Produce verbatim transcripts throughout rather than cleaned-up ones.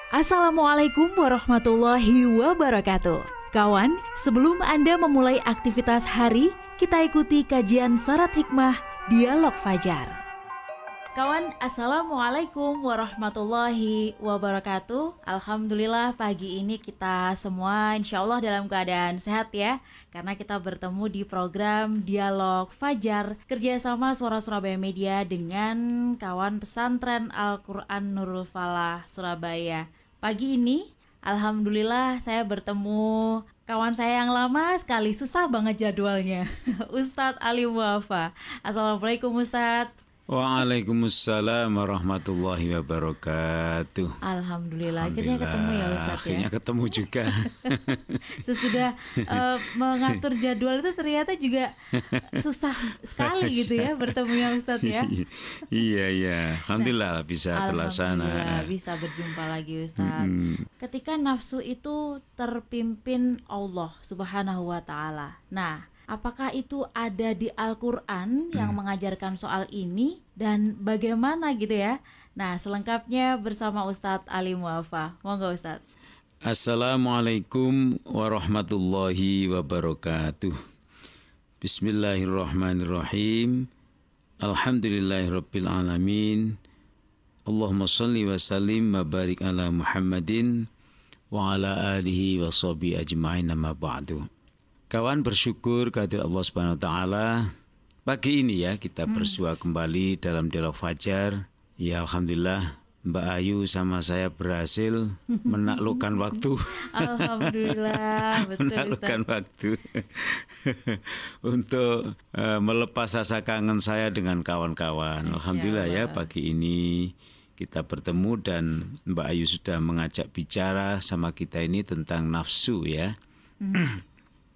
Assalamualaikum warahmatullahi wabarakatuh. Kawan, sebelum Anda memulai aktivitas hari, kita ikuti kajian Syarat Hikmah Dialog Fajar. Kawan, Assalamualaikum warahmatullahi wabarakatuh. Alhamdulillah pagi ini kita semua insya Allah dalam keadaan sehat ya, karena kita bertemu di program Dialog Fajar kerjasama Suara Surabaya Media dengan kawan pesantren Al-Quran Nurul Falah Surabaya. Pagi ini alhamdulillah saya bertemu kawan saya yang lama sekali, susah banget jadwalnya, Ustadz Ali Wafa. Assalamualaikum Ustadz. Waalaikumsalam warahmatullahi wabarakatuh. Alhamdulillah, akhirnya ketemu ya Ustadz. Akhirnya ya? ketemu juga. Sesudah uh, mengatur jadwal itu ternyata juga susah sekali gitu ya bertemunya Ustadz ya. Iya iya, alhamdulillah nah, bisa terlaksana. Alhamdulillah bisa berjumpa lagi Ustadz. Mm-hmm. Ketika nafsu itu terpimpin Allah Subhanahu wa taala. Nah, apakah itu ada di Al-Quran yang hmm. mengajarkan soal ini dan bagaimana gitu ya? Nah, selengkapnya bersama Ustadz Ali Wafa. Monggo Ustadz. Assalamualaikum warahmatullahi wabarakatuh. Bismillahirrahmanirrahim. Alhamdulillahirabbil alamin. Allahumma shalli wa sallim wa barik ala Muhammadin wa ala alihi wa sahbihi ajma'in, amma ba'du. Kawan, bersyukur kehadirat Allah Subhanahu wa taala. Pagi ini ya kita hmm. bersua kembali dalam Dialog Fajar. Ya alhamdulillah Mbak Ayu sama saya berhasil menaklukkan waktu. Alhamdulillah, betul. Menaklukkan waktu untuk uh, melepas rasa kangen saya dengan kawan-kawan. Alhamdulillah ya pagi ini kita bertemu dan Mbak Ayu sudah mengajak bicara sama kita ini tentang nafsu ya. Hmm.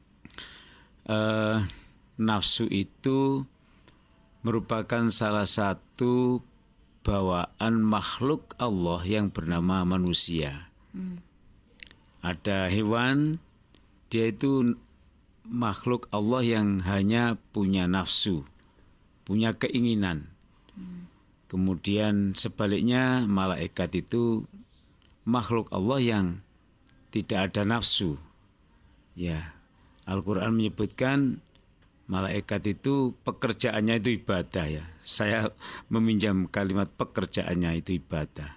Uh, nafsu itu merupakan salah satu bawaan makhluk Allah yang bernama manusia. Hmm. Ada hewan, dia itu makhluk Allah yang hanya punya nafsu, punya keinginan. Hmm. Kemudian sebaliknya malaikat itu makhluk Allah yang tidak ada nafsu. Ya. Al-Quran menyebutkan malaikat itu pekerjaannya itu ibadah ya. Saya meminjam kalimat pekerjaannya itu ibadah.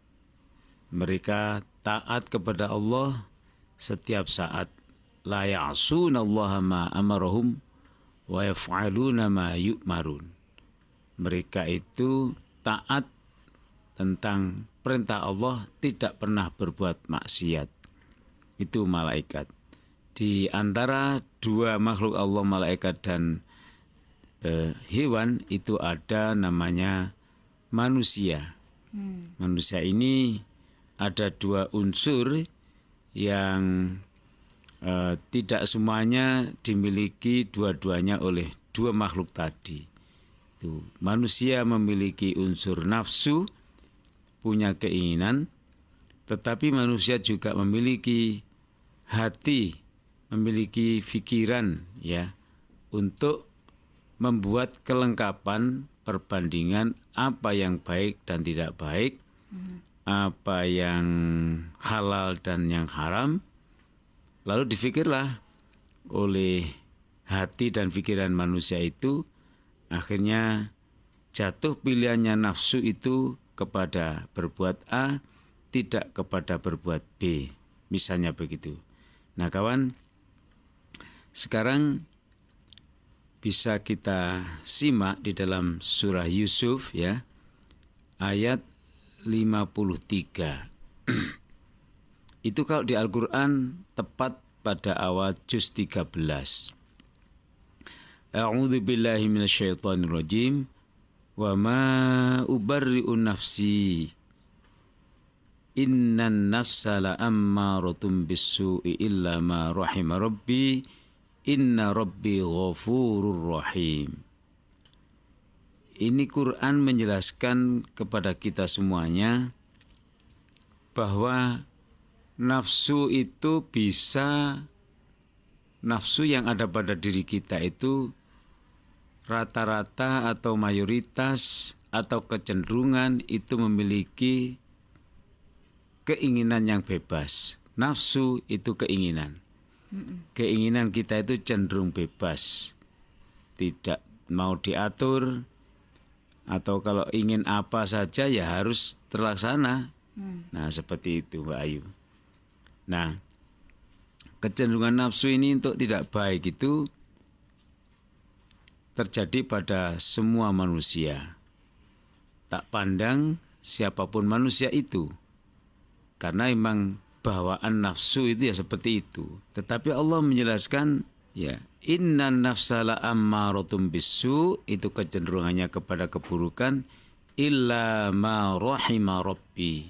Mereka taat kepada Allah setiap saat. La ya'sunallaha ma amarahum wa yaf'aluna ma yu'marun. Mereka itu taat tentang perintah Allah, tidak pernah berbuat maksiat. Itu malaikat. Di antara dua makhluk Allah, malaikat dan eh, hewan, itu ada namanya manusia. Hmm. Manusia ini ada dua unsur yang eh, tidak semuanya dimiliki dua-duanya oleh dua makhluk tadi. Itu, manusia memiliki unsur nafsu, punya keinginan, tetapi manusia juga memiliki hati, memiliki pikiran ya, untuk membuat kelengkapan perbandingan apa yang baik dan tidak baik, hmm. apa yang halal dan yang haram. Lalu difikirlah oleh hati dan pikiran manusia itu, akhirnya jatuh pilihannya nafsu itu kepada berbuat A, tidak kepada berbuat B, misalnya begitu. Nah kawan, sekarang bisa kita simak di dalam surah Yusuf ya, ayat lima puluh tiga. Itu kalau di Al-Quran tepat pada awal juz tiga belas. A'udzu billahi minasyaitonir rajim. Wa ma ubarri'u nafsi. Innan nafsa la'ammaratun bis-su'i illa ma rahima rabbi. Inna rabbi ghafurur rahim. Ini Quran menjelaskan kepada kita semuanya bahwa nafsu itu bisa, nafsu yang ada pada diri kita itu rata-rata atau mayoritas atau kecenderungan itu memiliki keinginan yang bebas. Nafsu itu keinginan. Keinginan kita itu cenderung bebas. Tidak mau diatur, atau kalau ingin apa saja ya harus terlaksana. Nah, seperti itu Mbak Ayu. Nah, kecenderungan nafsu ini untuk tidak baik itu terjadi pada semua manusia. Tak pandang siapapun manusia itu. Karena memang bawaan nafsu itu ya seperti itu. Tetapi Allah menjelaskan, ya, innan nafsala ammaratum bisu, itu kecenderungannya kepada keburukan, illa ma rahima rabbi.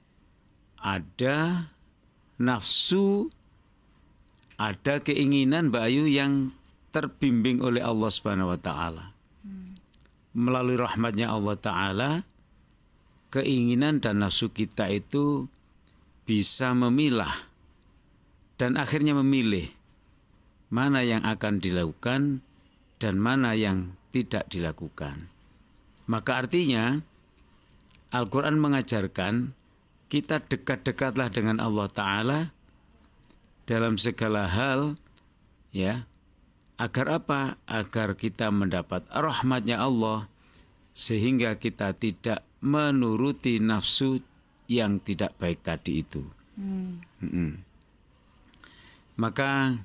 Ada nafsu, ada keinginan Mbak Ayu yang terbimbing oleh Allah Subhanahu wa taala. Melalui rahmatnya Allah taala, keinginan dan nafsu kita itu bisa memilah dan akhirnya memilih mana yang akan dilakukan dan mana yang tidak dilakukan. Maka artinya Al-Quran mengajarkan kita dekat-dekatlah dengan Allah Ta'ala dalam segala hal, ya, agar apa? Agar kita mendapat rahmatnya Allah, sehingga kita tidak menuruti nafsu yang tidak baik tadi itu. Hmm. Hmm. Maka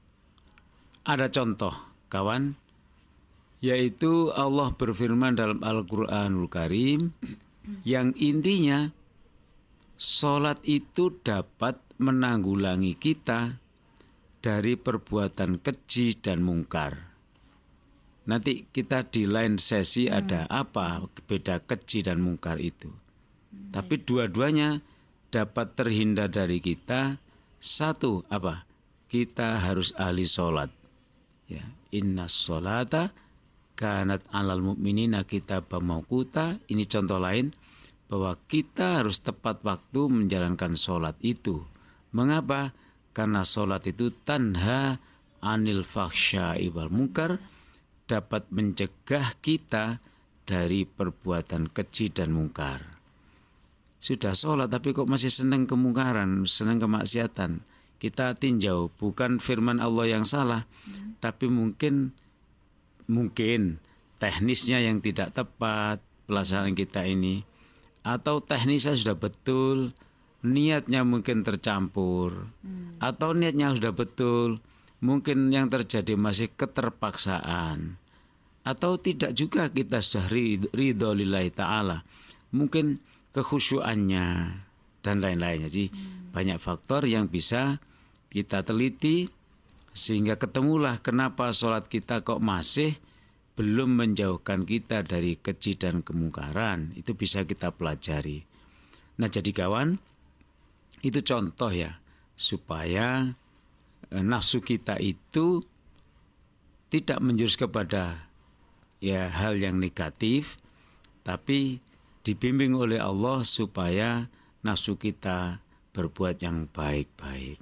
ada contoh, kawan, yaitu Allah berfirman dalam Al-Quranul Karim yang intinya sholat itu dapat menanggulangi kita dari perbuatan keji dan mungkar. Nanti kita di lain sesi hmm. ada apa beda keji dan mungkar itu. Hmm. Tapi dua-duanya dapat terhindar dari kita. Satu, apa? Kita harus ahli sholat. Ya, inna sholata kanat alal mu'minina kitaban mauquta. Ini contoh lain bahwa kita harus tepat waktu menjalankan sholat itu. Mengapa? Karena sholat itu tanha anil fakhsya'i wal munkar, dapat mencegah kita dari perbuatan keji dan mungkar. Sudah sholat tapi kok masih senang kemungkaran, senang kemaksiatan, kita tinjau. Bukan firman Allah yang salah, hmm. tapi mungkin mungkin teknisnya yang tidak tepat pelaksanaan kita ini, atau teknisnya sudah betul, niatnya mungkin tercampur, hmm. atau niatnya sudah betul, mungkin yang terjadi masih keterpaksaan, atau tidak juga kita sudah ridho lillahi ta'ala, mungkin kekhusyuannya dan lain-lainnya. Jadi hmm. banyak faktor yang bisa kita teliti, sehingga ketemulah kenapa sholat kita kok masih belum menjauhkan kita dari keji dan kemungkaran. Itu bisa kita pelajari. Nah, jadi kawan, itu contoh ya, supaya e, nafsu kita itu tidak menjurus kepada ya hal yang negatif, tapi dibimbing oleh Allah supaya nafsu kita berbuat yang baik-baik.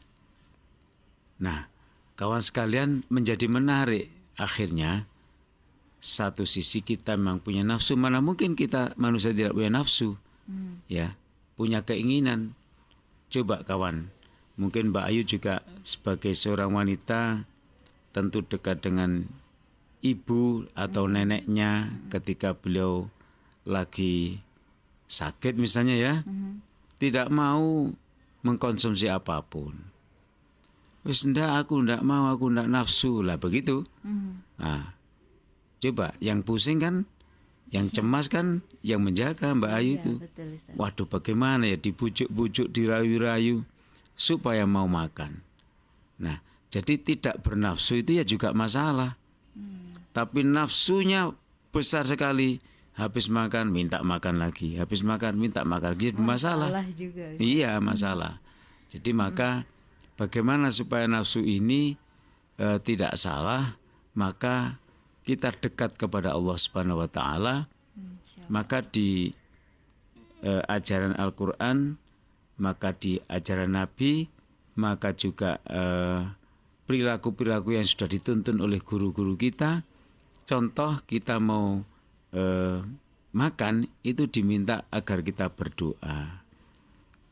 Nah, kawan sekalian, menjadi menarik akhirnya. Satu sisi kita memang punya nafsu, mana mungkin kita manusia tidak punya nafsu, hmm. ya, punya keinginan. Coba kawan, mungkin Mbak Ayu juga sebagai seorang wanita tentu dekat dengan ibu atau hmm. neneknya hmm. ketika beliau lagi sakit misalnya ya, hmm. tidak mau mengkonsumsi apapun. Wis ndak, aku ndak mau, aku ndak nafsu lah begitu. Hmm. Nah, coba yang pusing kan, yang cemas kan, yang menjaga Mbak Ayu itu. Ya, betul, waduh, bagaimana ya, dibujuk-bujuk, dirayu-rayu supaya mau makan. Nah, jadi tidak bernafsu itu ya juga masalah. Hmm. Tapi nafsunya besar sekali, habis makan minta makan lagi, habis makan minta makan lagi, jadi masalah. Masalah juga. Iya, masalah. Jadi hmm. maka bagaimana supaya nafsu ini e, tidak salah, maka kita dekat kepada Allah Subhanahu wa taala. Maka di eh, ajaran Al-Qur'an, maka di ajaran Nabi, maka juga eh, perilaku-perilaku yang sudah dituntun oleh guru-guru kita. Contoh, kita mau eh, makan itu diminta agar kita berdoa.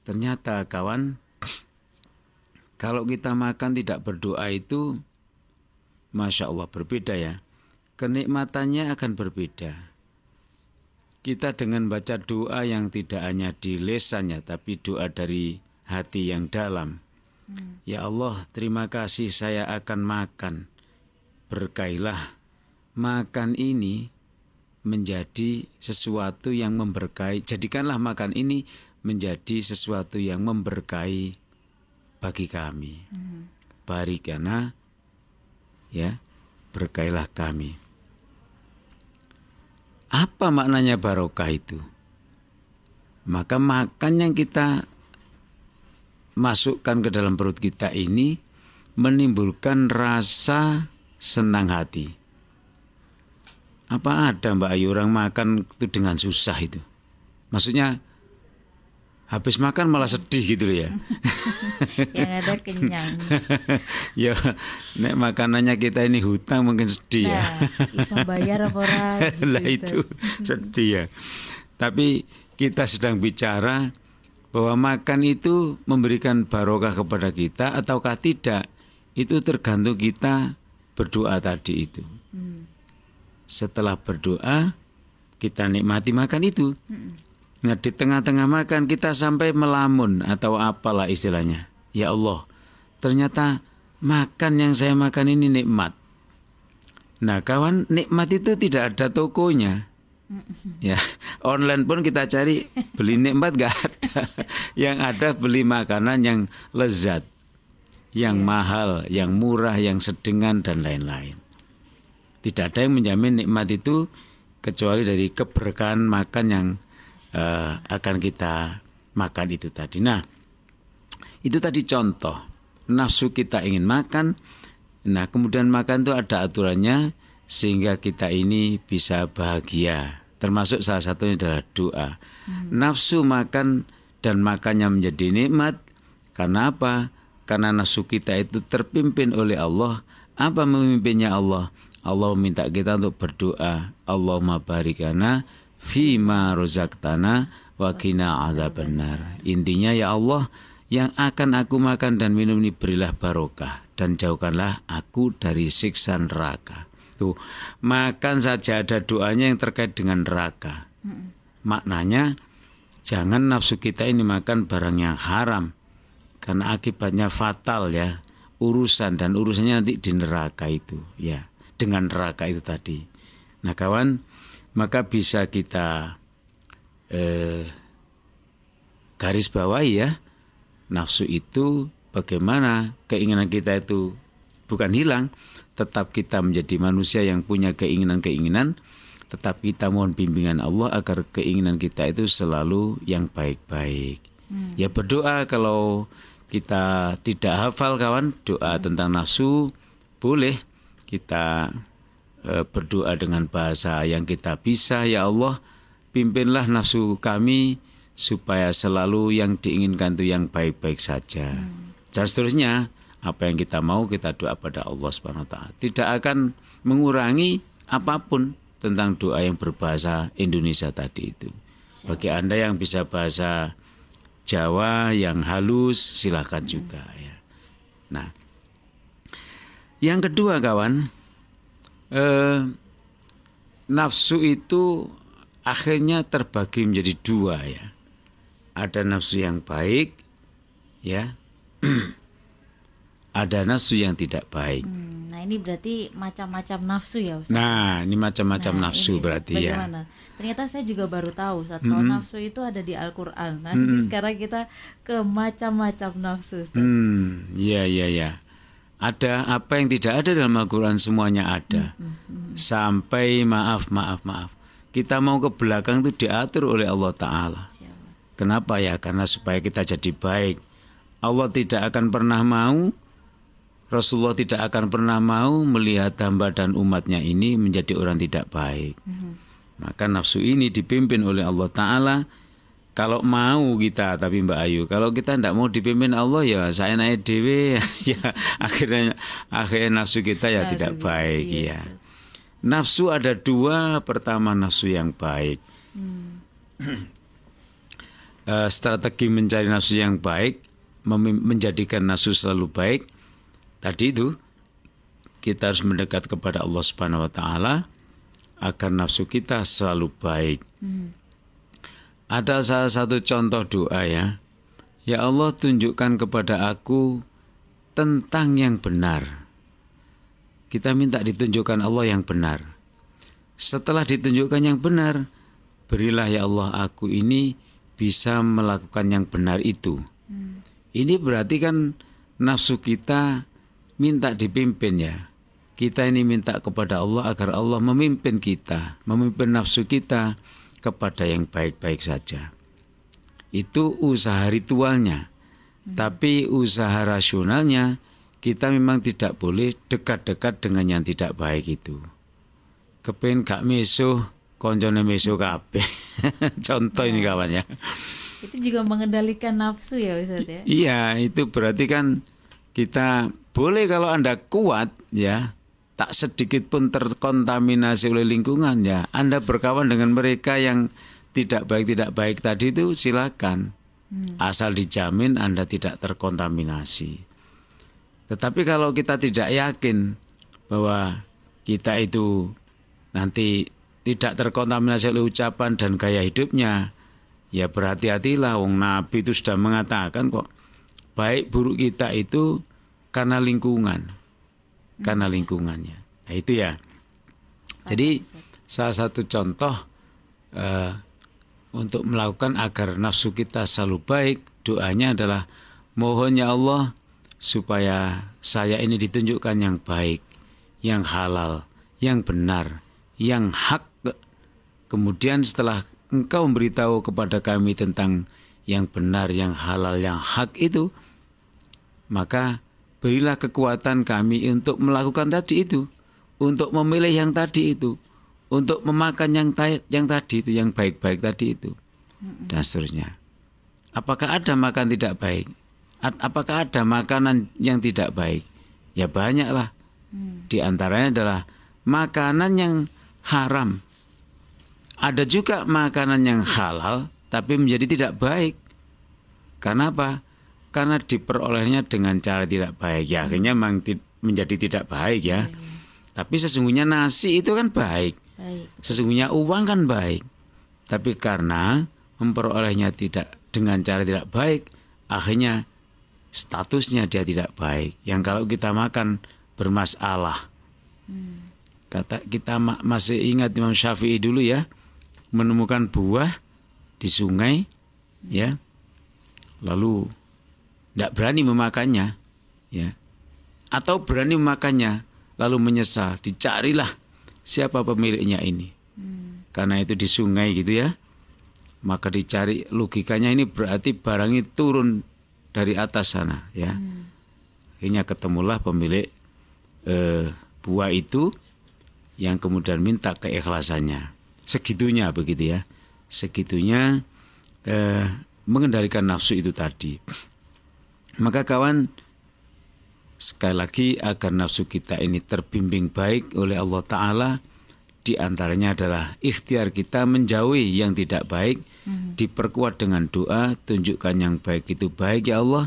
ternyata kawan, kalau kita makan tidak berdoa itu, Masya Allah berbeda ya. Kenikmatannya akan berbeda. Kita dengan baca doa yang tidak hanya di lesannya, tapi doa dari hati yang dalam. Hmm. Ya Allah, terima kasih saya akan makan. Berkailah. Makan ini menjadi sesuatu yang memberkahi. Jadikanlah makan ini menjadi sesuatu yang memberkahi bagi kami. Hmm. Barikana, ya, berkailah kami. Apa maknanya barokah itu? Maka makan yang kita masukkan ke dalam perut kita ini menimbulkan rasa senang hati. Apa ada Mbak Ayu orang makan itu dengan susah itu? Maksudnya habis makan malah sedih gitu loh ya. Yang ada kenyang. Ya, nek makanannya kita ini hutang mungkin sedih ya. Nah, bisa bayar apa ora gitu. Lah itu sedih ya. Tapi kita sedang bicara bahwa makan itu memberikan barokah kepada kita ataukah tidak, itu tergantung kita berdoa tadi itu. Hmm. Setelah berdoa, kita nikmati makan itu. Hmm. Nah, di tengah-tengah makan kita sampai melamun atau apalah istilahnya. Ya Allah, ternyata makan yang saya makan ini nikmat. Nah, kawan, nikmat itu tidak ada tokonya. Ya, online pun kita cari beli nikmat gak ada. Yang ada beli makanan yang lezat, yang mahal, yang murah, yang sedengan dan lain-lain. Tidak ada yang menjamin nikmat itu kecuali dari keberkahan makan yang Uh, akan kita makan itu tadi. Nah, itu tadi contoh. Nafsu kita ingin makan. Nah, kemudian makan itu ada aturannya sehingga kita ini bisa bahagia. Termasuk salah satunya adalah doa. Hmm. Nafsu makan dan makannya menjadi nikmat. Karena apa? Karena nafsu kita itu terpimpin oleh Allah. Apa memimpinnya Allah? Allah meminta kita untuk berdoa. Allahumma barikana fima rozaktana wa qina adzabannar. Intinya ya Allah, yang akan aku makan dan minum ini berilah barokah dan jauhkanlah aku dari siksa neraka. Tuh, makan saja ada doanya yang terkait dengan neraka. Hmm. Maknanya jangan nafsu kita ini makan barang yang haram karena akibatnya fatal ya, urusan dan urusannya nanti di neraka itu ya, dengan neraka itu tadi. Nah, kawan, maka bisa kita eh, garis bawahi ya, nafsu itu bagaimana keinginan kita itu bukan hilang, tetap kita menjadi manusia yang punya keinginan-keinginan, tetap kita mohon bimbingan Allah agar keinginan kita itu selalu yang baik-baik. Hmm. Ya berdoa kalau kita tidak hafal kawan, doa hmm. tentang nafsu boleh kita berdoa dengan bahasa yang kita bisa. Ya Allah, pimpinlah nafsu kami supaya selalu yang diinginkan itu yang baik-baik saja. Hmm. Dan seterusnya, apa yang kita mau kita doa pada Allah Subhanahu wa taala. Tidak akan mengurangi apapun tentang doa yang berbahasa Indonesia tadi itu. Bagi Anda yang bisa bahasa Jawa yang halus, silakan hmm. juga ya. Nah, yang kedua kawan, Eh, nafsu itu akhirnya terbagi menjadi dua ya. Ada nafsu yang baik ya, ada nafsu yang tidak baik. Hmm, nah ini berarti macam-macam nafsu ya Ustaz? Nah ini macam-macam nah, nafsu ini, berarti bagaimana? Ya. Ternyata saya juga baru tahu Ustaz, kalau hmm. nafsu itu ada di Al-Quran. Nah hmm. sekarang kita ke macam-macam nafsu Ustaz. Hmm, ya ya ya. Ada apa yang tidak ada dalam Al-Quran, semuanya ada. Hmm, hmm, hmm. Sampai maaf, maaf, maaf. Kita mau ke belakang itu diatur oleh Allah Ta'ala. Kenapa ya? Karena supaya kita jadi baik. Allah tidak akan pernah mau, Rasulullah tidak akan pernah mau melihat hamba dan umatnya ini menjadi orang tidak baik. Hmm. Maka nafsu ini dipimpin oleh Allah Ta'ala. Kalau mau kita, tapi Mbak Ayu, kalau kita tidak mau dipimpin Allah ya saya naik dewe ya akhirnya akhirnya nafsu kita ya tidak baik ya. Nafsu ada dua, pertama nafsu yang baik. Hmm. uh, strategi mencari nafsu yang baik, mem- menjadikan nafsu selalu baik, tadi itu kita harus mendekat kepada Allah Subhanahu wa taala agar nafsu kita selalu baik. Hmm. Ada salah satu contoh doa ya. Ya Allah, tunjukkan kepada aku tentang yang benar. Kita minta ditunjukkan Allah yang benar. Setelah ditunjukkan yang benar, berilah ya Allah aku ini bisa melakukan yang benar itu. Hmm. Ini berarti kan nafsu kita minta dipimpin ya. Kita ini minta kepada Allah agar Allah memimpin kita, memimpin nafsu kita kepada yang baik-baik saja. Itu usaha ritualnya. Hmm. Tapi usaha rasionalnya kita memang tidak boleh dekat-dekat dengan yang tidak baik itu. Kepen gak mesuh, koncone mesuh kabeh. Contoh ini kawan ya. Itu juga mengendalikan nafsu ya Ustaz ya? Iya, itu berarti kan kita boleh kalau Anda kuat ya, tak sedikit pun terkontaminasi oleh lingkungan ya, Anda berkawan dengan mereka yang tidak baik-tidak baik tadi itu silakan. Hmm. Asal dijamin Anda tidak terkontaminasi. Tetapi kalau kita tidak yakin bahwa kita itu nanti tidak terkontaminasi oleh ucapan dan gaya hidupnya, ya berhati-hatilah. Wong Nabi itu sudah mengatakan kok, baik buruk kita itu karena lingkungan. Karena lingkungannya. Nah itu ya. Jadi salah satu contoh uh, untuk melakukan agar nafsu kita selalu baik, doanya adalah mohon ya Allah supaya saya ini ditunjukkan yang baik, yang halal, yang benar, yang hak. Kemudian setelah Engkau memberitahu kepada kami tentang yang benar, yang halal, yang hak itu, maka berilah kekuatan kami untuk melakukan tadi itu, untuk memilih yang tadi itu, untuk memakan yang ta- yang tadi itu, yang baik-baik tadi itu, dan seterusnya. Apakah ada makan tidak baik? Apakah ada makanan yang tidak baik? Ya banyaklah. Di antaranya adalah makanan yang haram. Ada juga makanan yang halal, tapi menjadi tidak baik. Karena apa? Karena diperolehnya dengan cara tidak baik, ya akhirnya memang menjadi tidak baik ya. Hmm. Tapi sesungguhnya nasi itu kan baik. baik. Sesungguhnya uang kan baik. Tapi karena memperolehnya tidak dengan cara tidak baik, akhirnya statusnya dia tidak baik. Yang kalau kita makan bermasalah. Hmm. Kata kita masih ingat Imam Syafi'i dulu ya, menemukan buah di sungai, hmm. ya, lalu tidak berani memakannya, ya, atau berani memakannya lalu menyesal, dicarilah siapa pemiliknya ini, hmm. karena itu di sungai gitu ya, maka dicari. Logikanya ini berarti barang ini turun dari atas sana, ya, hmm. akhirnya ketemulah pemilik eh, buah itu yang kemudian minta keikhlasannya, segitunya begitu ya, segitunya eh, mengendalikan nafsu itu tadi. Maka kawan, sekali lagi agar nafsu kita ini terbimbing baik oleh Allah Ta'ala, di antaranya adalah ikhtiar kita menjauhi yang tidak baik, hmm. diperkuat dengan doa, tunjukkan yang baik itu baik ya Allah,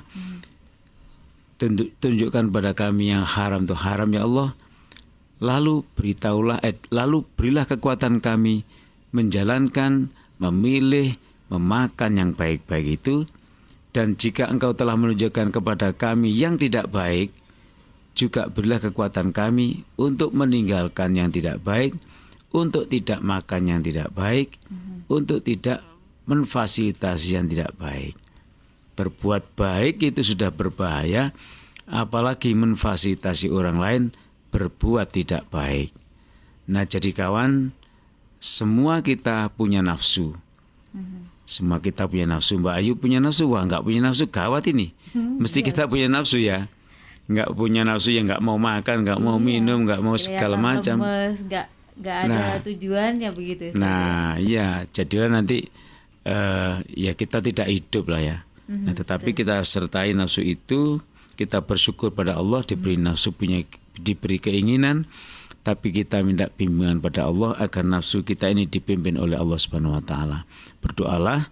hmm. tunjukkan pada kami yang haram itu haram ya Allah, lalu beritahulah, eh, lalu berilah kekuatan kami menjalankan, memilih, memakan yang baik-baik itu. Dan jika Engkau telah menunjukkan kepada kami yang tidak baik, juga berilah kekuatan kami untuk meninggalkan yang tidak baik, untuk tidak makan yang tidak baik, mm-hmm. untuk tidak memfasilitasi yang tidak baik. Berbuat baik itu sudah berbahaya, apalagi memfasilitasi orang lain berbuat tidak baik. Nah jadi kawan, semua kita punya nafsu. Mm-hmm. Semua kita punya nafsu. Mbak Ayu punya nafsu, wah nggak punya nafsu gawat ini. Hmm, Mesti iya. kita punya nafsu ya. Nggak punya nafsu ya nggak mau makan, nggak mau iya. minum, nggak mau segala macam. Nggak nggak ada nah, tujuannya begitu. Nah iya, jadilah nanti uh, ya kita tidak hidup lah ya. Mm-hmm, nah, tetapi betul. Kita sertai nafsu itu, kita bersyukur pada Allah diberi mm-hmm. nafsu, punya diberi keinginan. Tapi kita minta bimbingan pada Allah agar nafsu kita ini dipimpin oleh Allah Subhanahu wa taala. Berdoalah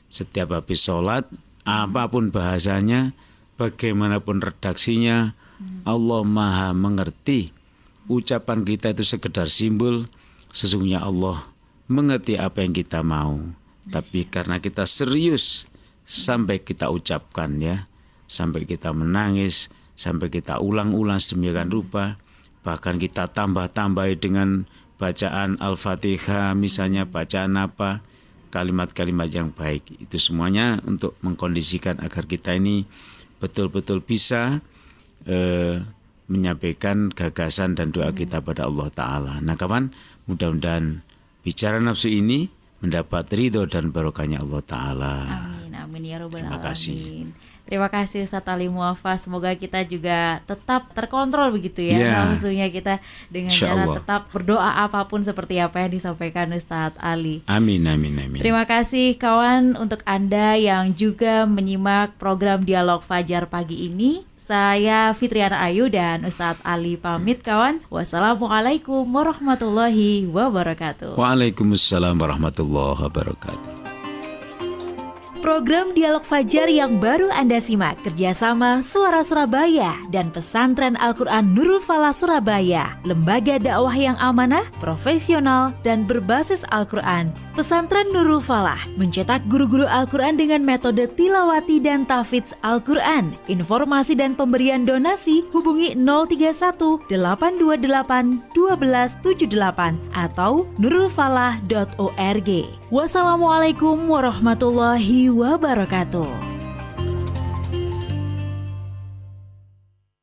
setiap habis sholat, apapun bahasanya, bagaimanapun redaksinya, Allah Maha mengerti. Ucapan kita itu sekedar simbol, sesungguhnya Allah mengerti apa yang kita mau. Tapi karena kita serius sampai kita ucapkan ya, sampai kita menangis, sampai kita ulang-ulang sedemikian rupa, bahkan kita tambah-tambahi dengan bacaan Al-Fatihah, misalnya bacaan apa, kalimat-kalimat yang baik. Itu semuanya untuk mengkondisikan agar kita ini betul-betul bisa eh, menyampaikan gagasan dan doa kita pada Allah Ta'ala. Nah kawan, mudah-mudahan bicara nafsu ini mendapat ridho dan barokahnya Allah Ta'ala. Amin, amin ya Rabbal Terima Alamin. kasih. Terima kasih Ustadz Ali Muwafa. Semoga kita juga tetap terkontrol begitu ya, Ya. nafsunya kita dengan Insya cara Allah. tetap berdoa apapun seperti apa yang disampaikan Ustadz Ali. Amin, amin, amin. Terima kasih kawan untuk Anda yang juga menyimak program Dialog Fajar pagi ini. Saya Fitriana Ayu dan Ustadz Ali pamit kawan. Wassalamualaikum warahmatullahi wabarakatuh. Waalaikumsalam warahmatullahi wabarakatuh. Program Dialog Fajar yang baru Anda simak kerjasama Suara Surabaya dan Pesantren Al-Quran Nurul Falah Surabaya, lembaga dakwah yang amanah, profesional, dan berbasis Al-Quran. Pesantren Nurul Falah mencetak guru-guru Al-Quran dengan metode tilawati dan tahfidz Al-Quran. Informasi dan pemberian donasi hubungi nol tiga satu delapan dua delapan satu dua tujuh delapan atau nurulfalah dot org. Wassalamualaikum warahmatullahi wabarakatuh.